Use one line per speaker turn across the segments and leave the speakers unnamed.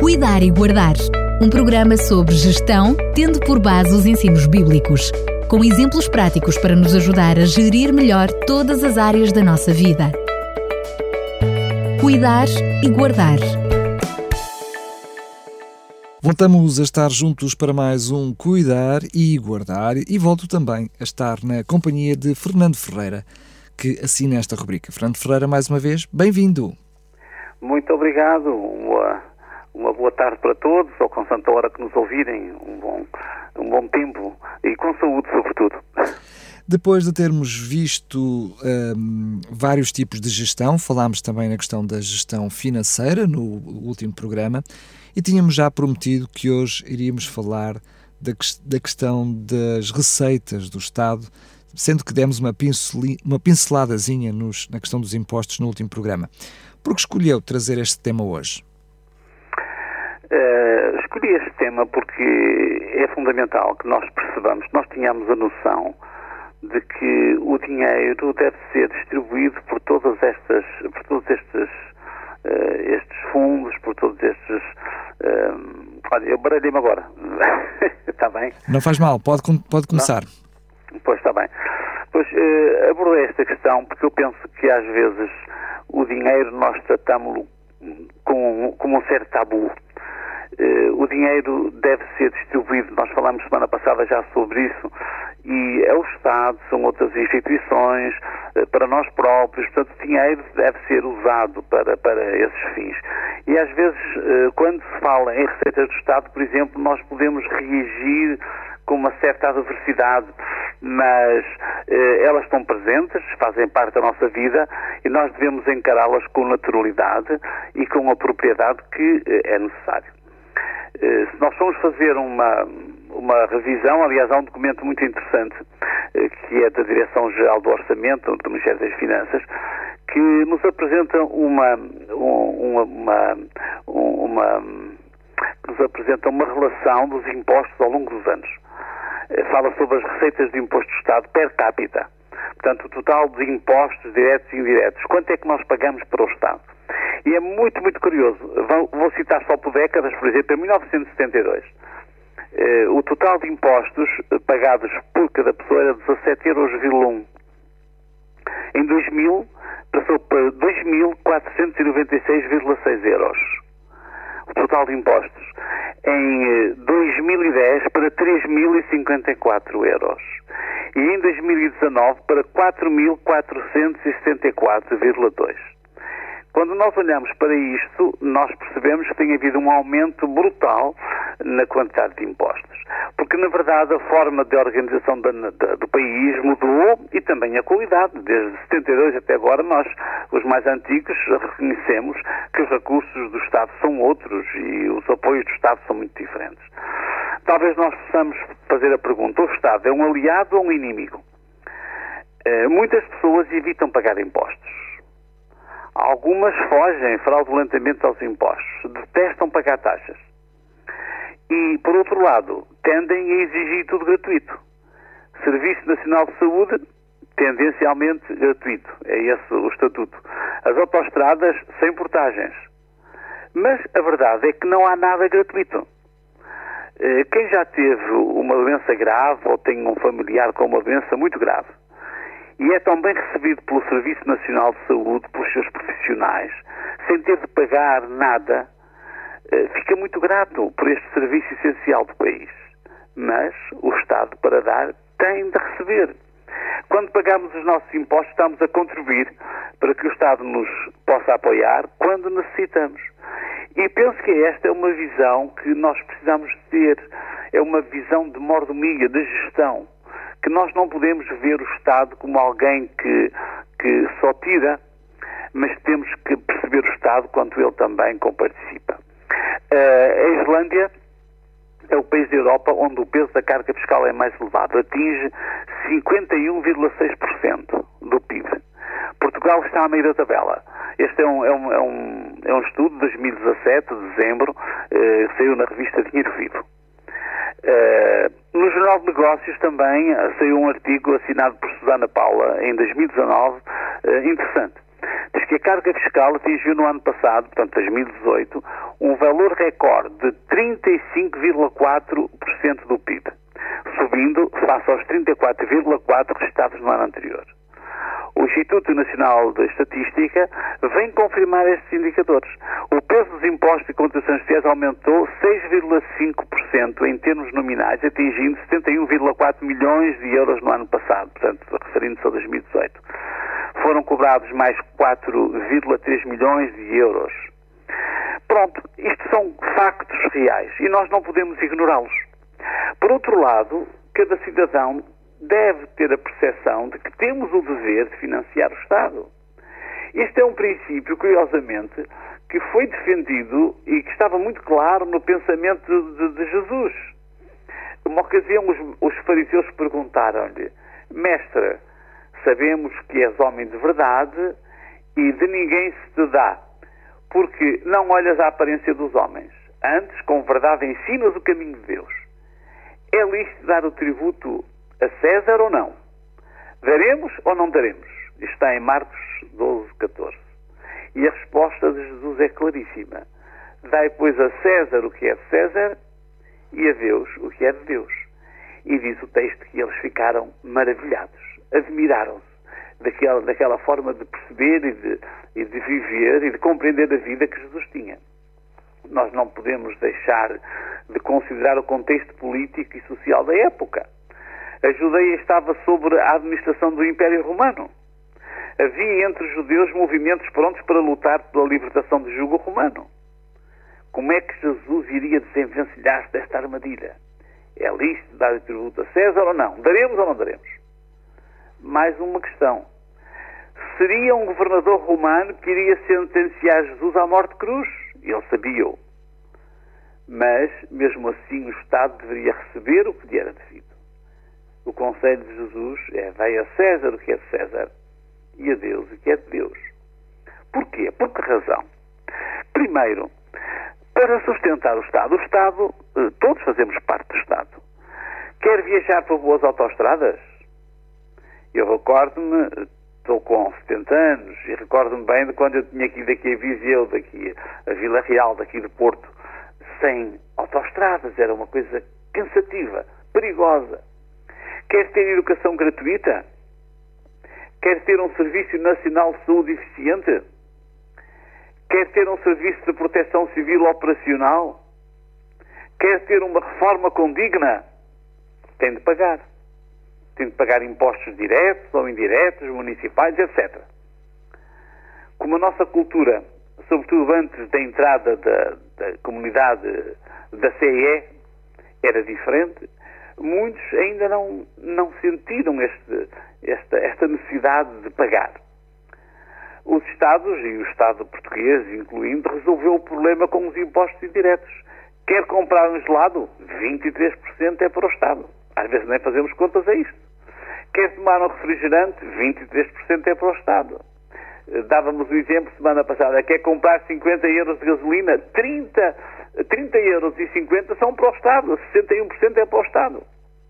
Cuidar e Guardar, um programa sobre gestão, tendo por base os ensinos bíblicos, com exemplos práticos para nos ajudar a gerir melhor todas as áreas da nossa vida. Cuidar e Guardar.
Voltamos a estar juntos para mais um Cuidar e Guardar e volto também a estar na companhia de Fernando Ferreira, que assina esta rubrica. Fernando Ferreira, mais uma vez, bem-vindo.
Muito obrigado, uma boa tarde para todos, ou com santa hora que nos ouvirem, um bom tempo e com saúde sobretudo.
Depois de termos visto vários tipos de gestão, falámos também na questão da gestão financeira no último programa e tínhamos já prometido que hoje iríamos falar da questão das receitas do Estado, sendo que demos uma pinceladazinha na questão dos impostos no último programa. Por que escolheu trazer este tema hoje?
Escolhi este tema porque é fundamental que nós percebamos, nós tenhamos a noção de que o dinheiro deve ser distribuído por todos estes fundos, por todos estes... olha, eu baralhei-me agora. Está bem?
Não faz mal, pode começar.
Não? Pois, está bem. Pois, abordei esta questão porque eu penso que às vezes o dinheiro nós tratamos-lo como um certo tabu. O dinheiro deve ser distribuído, nós falámos semana passada já sobre isso, e é o Estado, são outras instituições, para nós próprios, portanto o dinheiro deve ser usado para esses fins. E às vezes, quando se fala em receitas do Estado, por exemplo, nós podemos reagir com uma certa adversidade, mas elas estão presentes, fazem parte da nossa vida e nós devemos encará-las com naturalidade e com a propriedade que é necessário. Se nós formos fazer uma revisão, aliás, há um documento muito interessante, que é da Direção-Geral do Orçamento, do Ministério das Finanças, que nos apresenta uma relação dos impostos ao longo dos anos. Fala sobre as receitas de imposto do Estado per capita. Portanto, o total de impostos diretos e indiretos. Quanto é que nós pagamos para o Estado? E é muito, muito curioso. Vou citar só por décadas, por exemplo, em 1972. O total de impostos pagados por cada pessoa era 17,1 €. Em 2000, passou para 2.496,6 €. O total de impostos. Em 2010 para 3.054 €. E em 2019 para 4.474,2 €. Quando nós olhamos para isto, nós percebemos que tem havido um aumento brutal na quantidade de impostos. Porque, na verdade, a forma de organização do país mudou e também a qualidade. Desde 72 até agora, nós, os mais antigos, reconhecemos que os recursos do Estado são outros e os apoios do Estado são muito diferentes. Talvez nós possamos fazer a pergunta, o Estado é um aliado ou um inimigo? Muitas pessoas evitam pagar impostos. Algumas fogem fraudulentamente aos impostos, detestam pagar taxas. E, por outro lado, tendem a exigir tudo gratuito. Serviço Nacional de Saúde, tendencialmente gratuito. É esse o estatuto. As autoestradas, sem portagens. Mas a verdade é que não há nada gratuito. Quem já teve uma doença grave ou tem um familiar com uma doença muito grave e é tão bem recebido pelo Serviço Nacional de Saúde, pelos seus profissionais, sem ter de pagar nada, fica muito grato por este serviço essencial do país. Mas o Estado, para dar, tem de receber. Quando pagamos os nossos impostos, estamos a contribuir para que o Estado nos possa apoiar quando necessitamos. E penso que esta é uma visão que nós precisamos ter. É uma visão de mordomia, de gestão. Que nós não podemos ver o Estado como alguém que só tira, mas temos que perceber o Estado quanto ele também comparticipa. A Islândia é o país da Europa onde o peso da carga fiscal é mais elevado, atinge 51,6% do PIB. Portugal está a meio da tabela. Este é um estudo de 2017, de dezembro, saiu na revista Dinheiro Vivo. No Jornal de Negócios também saiu um artigo assinado por Susana Paula em 2019, interessante. Diz que a carga fiscal atingiu no ano passado, portanto 2018, um valor recorde de 35,4% do PIB, subindo face aos 34,4% registrados no ano anterior. O Instituto Nacional de Estatística vem confirmar estes indicadores. O peso dos impostos e contribuições sociais aumentou 6,5% em termos nominais, atingindo 71,4 milhões de euros no ano passado, portanto, referindo-se a 2018. Foram cobrados mais 4,3 milhões de euros. Pronto, isto são factos reais e nós não podemos ignorá-los. Por outro lado, cada cidadão deve ter a percepção de que temos o dever de financiar o Estado. Este é um princípio, curiosamente, que foi defendido e que estava muito claro no pensamento de Jesus. Uma ocasião, os fariseus perguntaram-lhe: Mestre, sabemos que és homem de verdade e de ninguém se te dá, porque não olhas a aparência dos homens, antes com verdade ensinas o caminho de Deus. É lícito dar o tributo a César ou não? Daremos ou não daremos? Isto está em Marcos 12,14. E a resposta de Jesus é claríssima. Dai, pois, a César o que é de César e a Deus o que é de Deus. E diz o texto que eles ficaram maravilhados, admiraram-se daquela forma de perceber e de viver e de compreender a vida que Jesus tinha. Nós não podemos deixar de considerar o contexto político e social da época. A Judeia estava sob a administração do Império Romano. Havia entre os judeus movimentos prontos para lutar pela libertação do jugo romano. Como é que Jesus iria desenvencilhar-se desta armadilha? É lícito dar o tributo a César ou não? Daremos ou não daremos? Mais uma questão. Seria um governador romano que iria sentenciar Jesus à morte de cruz? Ele sabia-o. Mas, mesmo assim, o Estado deveria receber o que lhe era devido. O conselho de Jesus é: dai a César o que é de César e a Deus o que é de Deus. Porquê? Por que razão? Primeiro, para sustentar o Estado, todos fazemos parte do Estado. Quer viajar por boas autoestradas? Eu recordo-me, estou com 70 anos, e recordo-me bem de quando eu tinha que ir daqui a Viseu, daqui a Vila Real, daqui de Porto, sem autoestradas. Era uma coisa cansativa, perigosa. Quer ter educação gratuita? Quer ter um Serviço Nacional de Saúde eficiente? Quer ter um Serviço de Proteção Civil operacional? Quer ter uma reforma condigna? Tem de pagar. Tem de pagar impostos diretos ou indiretos, municipais, etc. Como a nossa cultura, sobretudo antes da entrada da comunidade da CE, era diferente, muitos ainda não sentiram esta necessidade de pagar. Os Estados, e o Estado português incluindo, resolveu o problema com os impostos indiretos. Quer comprar um gelado? 23% é para o Estado. Às vezes nem fazemos contas a isto. Quer tomar um refrigerante? 23% é para o Estado. Dávamos o exemplo semana passada. Quer comprar 50 euros de gasolina? 30 euros e 50 são para o Estado. 61% é para o Estado.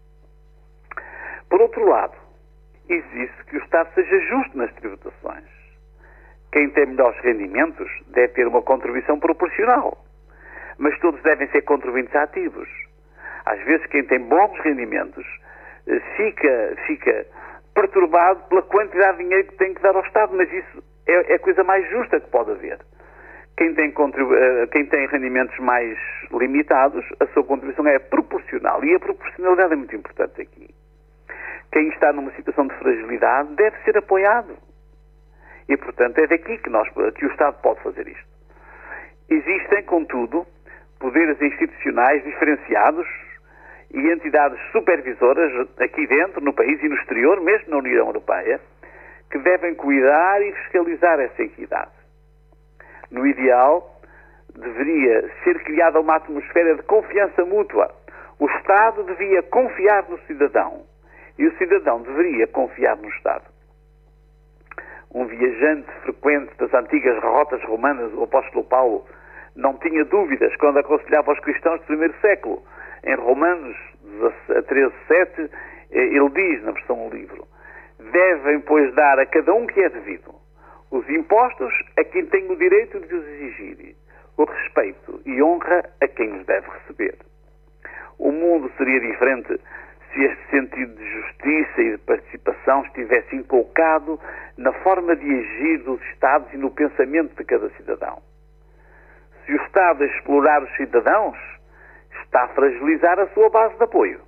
Por outro lado, exige que o Estado seja justo nas tributações. Quem tem melhores rendimentos deve ter uma contribuição proporcional. Mas todos devem ser contribuintes ativos. Às vezes quem tem bons rendimentos fica perturbado pela quantidade de dinheiro que tem que dar ao Estado, mas isso é a coisa mais justa que pode haver. Quem tem rendimentos mais limitados, a sua contribuição é proporcional, e a proporcionalidade é muito importante aqui. Quem está numa situação de fragilidade deve ser apoiado. E, portanto, é daqui que o Estado pode fazer isto. Existem, contudo, poderes institucionais diferenciados e entidades supervisoras aqui dentro, no país e no exterior, mesmo na União Europeia, que devem cuidar e fiscalizar essa equidade. No ideal, deveria ser criada uma atmosfera de confiança mútua. O Estado devia confiar no cidadão e o cidadão deveria confiar no Estado. Um viajante frequente das antigas rotas romanas, o apóstolo Paulo, não tinha dúvidas quando aconselhava os cristãos do primeiro século. Em Romanos 13:7, ele diz, na versão do livro: devem, pois, dar a cada um que é devido, Os impostos a quem tem o direito de os exigir, o respeito e honra a quem os deve receber. O mundo seria diferente se este sentido de justiça e de participação estivesse inculcado na forma de agir dos Estados e no pensamento de cada cidadão. Se o Estado explorar os cidadãos, está a fragilizar a sua base de apoio.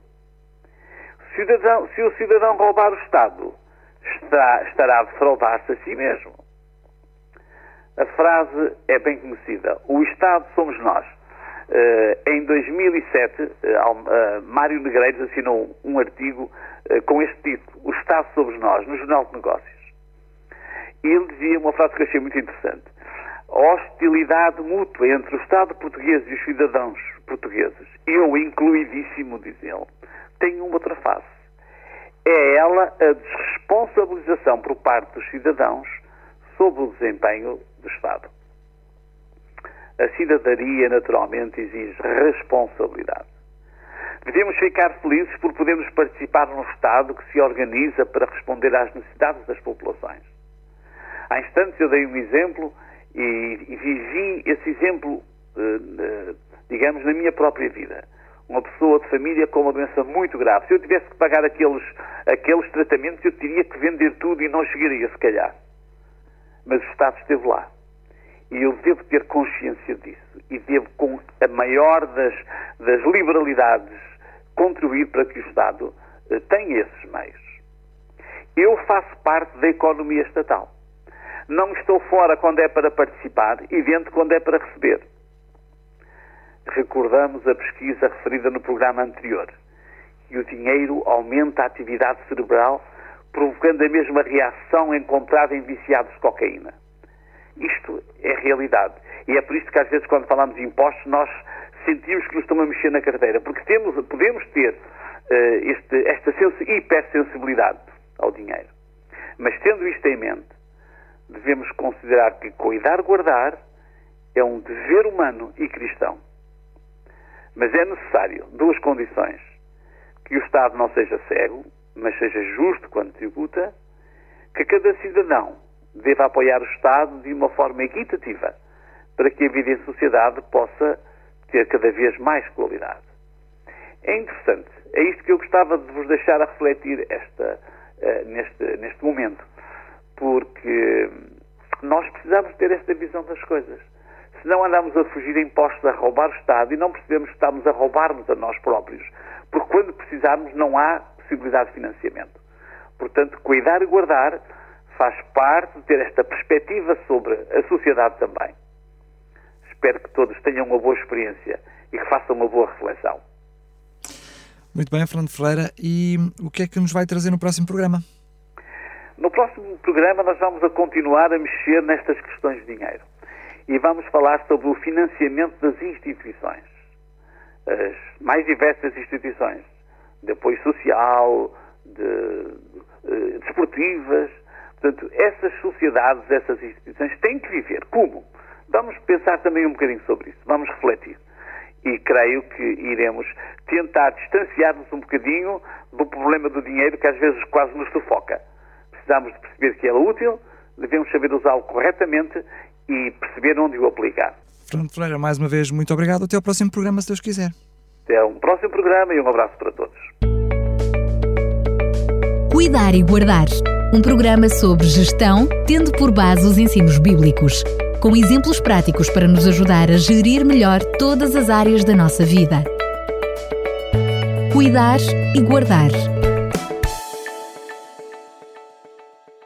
Se o cidadão roubar o Estado, estará a defraudar-se a si mesmo. A frase é bem conhecida. O Estado somos nós. Em 2007, Mário Negreiros assinou um artigo com este título, O Estado somos nós, no Jornal de Negócios. E ele dizia uma frase que eu achei muito interessante. A hostilidade mútua entre o Estado português e os cidadãos portugueses, eu incluidíssimo, diz ele, tem uma outra face. É ela a desresponsabilização por parte dos cidadãos sobre o desempenho do Estado. A cidadania, naturalmente, exige responsabilidade. Devemos ficar felizes por podermos participar num Estado que se organiza para responder às necessidades das populações. Há instantes eu dei um exemplo e vivi esse exemplo, digamos, na minha própria vida. Uma pessoa de família com uma doença muito grave. Se eu tivesse que pagar aqueles tratamentos, eu teria que vender tudo e não chegaria, se calhar. Mas o Estado esteve lá. E eu devo ter consciência disso. E devo, com a maior das liberalidades, contribuir para que o Estado tenha esses meios. Eu faço parte da economia estatal. Não estou fora quando é para participar e dentro quando é para receber. Recordamos a pesquisa referida no programa anterior. E o dinheiro aumenta a atividade cerebral, provocando a mesma reação encontrada em viciados de cocaína. Isto é realidade. E é por isto que às vezes quando falamos de impostos nós sentimos que nos estão a mexer na carteira. Porque podemos ter esta hipersensibilidade ao dinheiro. Mas tendo isto em mente, devemos considerar que cuidar, guardar é um dever humano e cristão. Mas é necessário duas condições. Que o Estado não seja cego, mas seja justo quando tributa, que cada cidadão deva apoiar o Estado de uma forma equitativa para que a vida em sociedade possa ter cada vez mais qualidade. É interessante, é isto que eu gostava de vos deixar a refletir neste momento, porque nós precisamos ter esta visão das coisas. Senão andamos a fugir de impostos, a roubar o Estado e não percebemos que estamos a roubar-nos a nós próprios, porque quando precisarmos não há possibilidade de financiamento. Portanto, cuidar e guardar faz parte de ter esta perspectiva sobre a sociedade também. Espero que todos tenham uma boa experiência e que façam uma boa reflexão.
Muito bem, Fernando Ferreira. E o que é que nos vai trazer no próximo programa?
No próximo programa nós vamos a continuar a mexer nestas questões de dinheiro. E vamos falar sobre o financiamento das instituições. As mais diversas instituições. De apoio social, desportivas. Portanto, essas sociedades, essas instituições têm que viver. Como? Vamos pensar também um bocadinho sobre isso. Vamos refletir. E creio que iremos tentar distanciar-nos um bocadinho do problema do dinheiro que às vezes quase nos sufoca. Precisamos de perceber que ele é útil, devemos saber usá-lo corretamente e perceber onde o aplicar.
Fernando Ferreira, mais uma vez, muito obrigado. Até ao próximo programa, se Deus quiser.
Até um próximo programa e um abraço para todos.
Cuidar e Guardar. Um programa sobre gestão, tendo por base os ensinos bíblicos, com exemplos práticos para nos ajudar a gerir melhor todas as áreas da nossa vida. Cuidar e Guardar.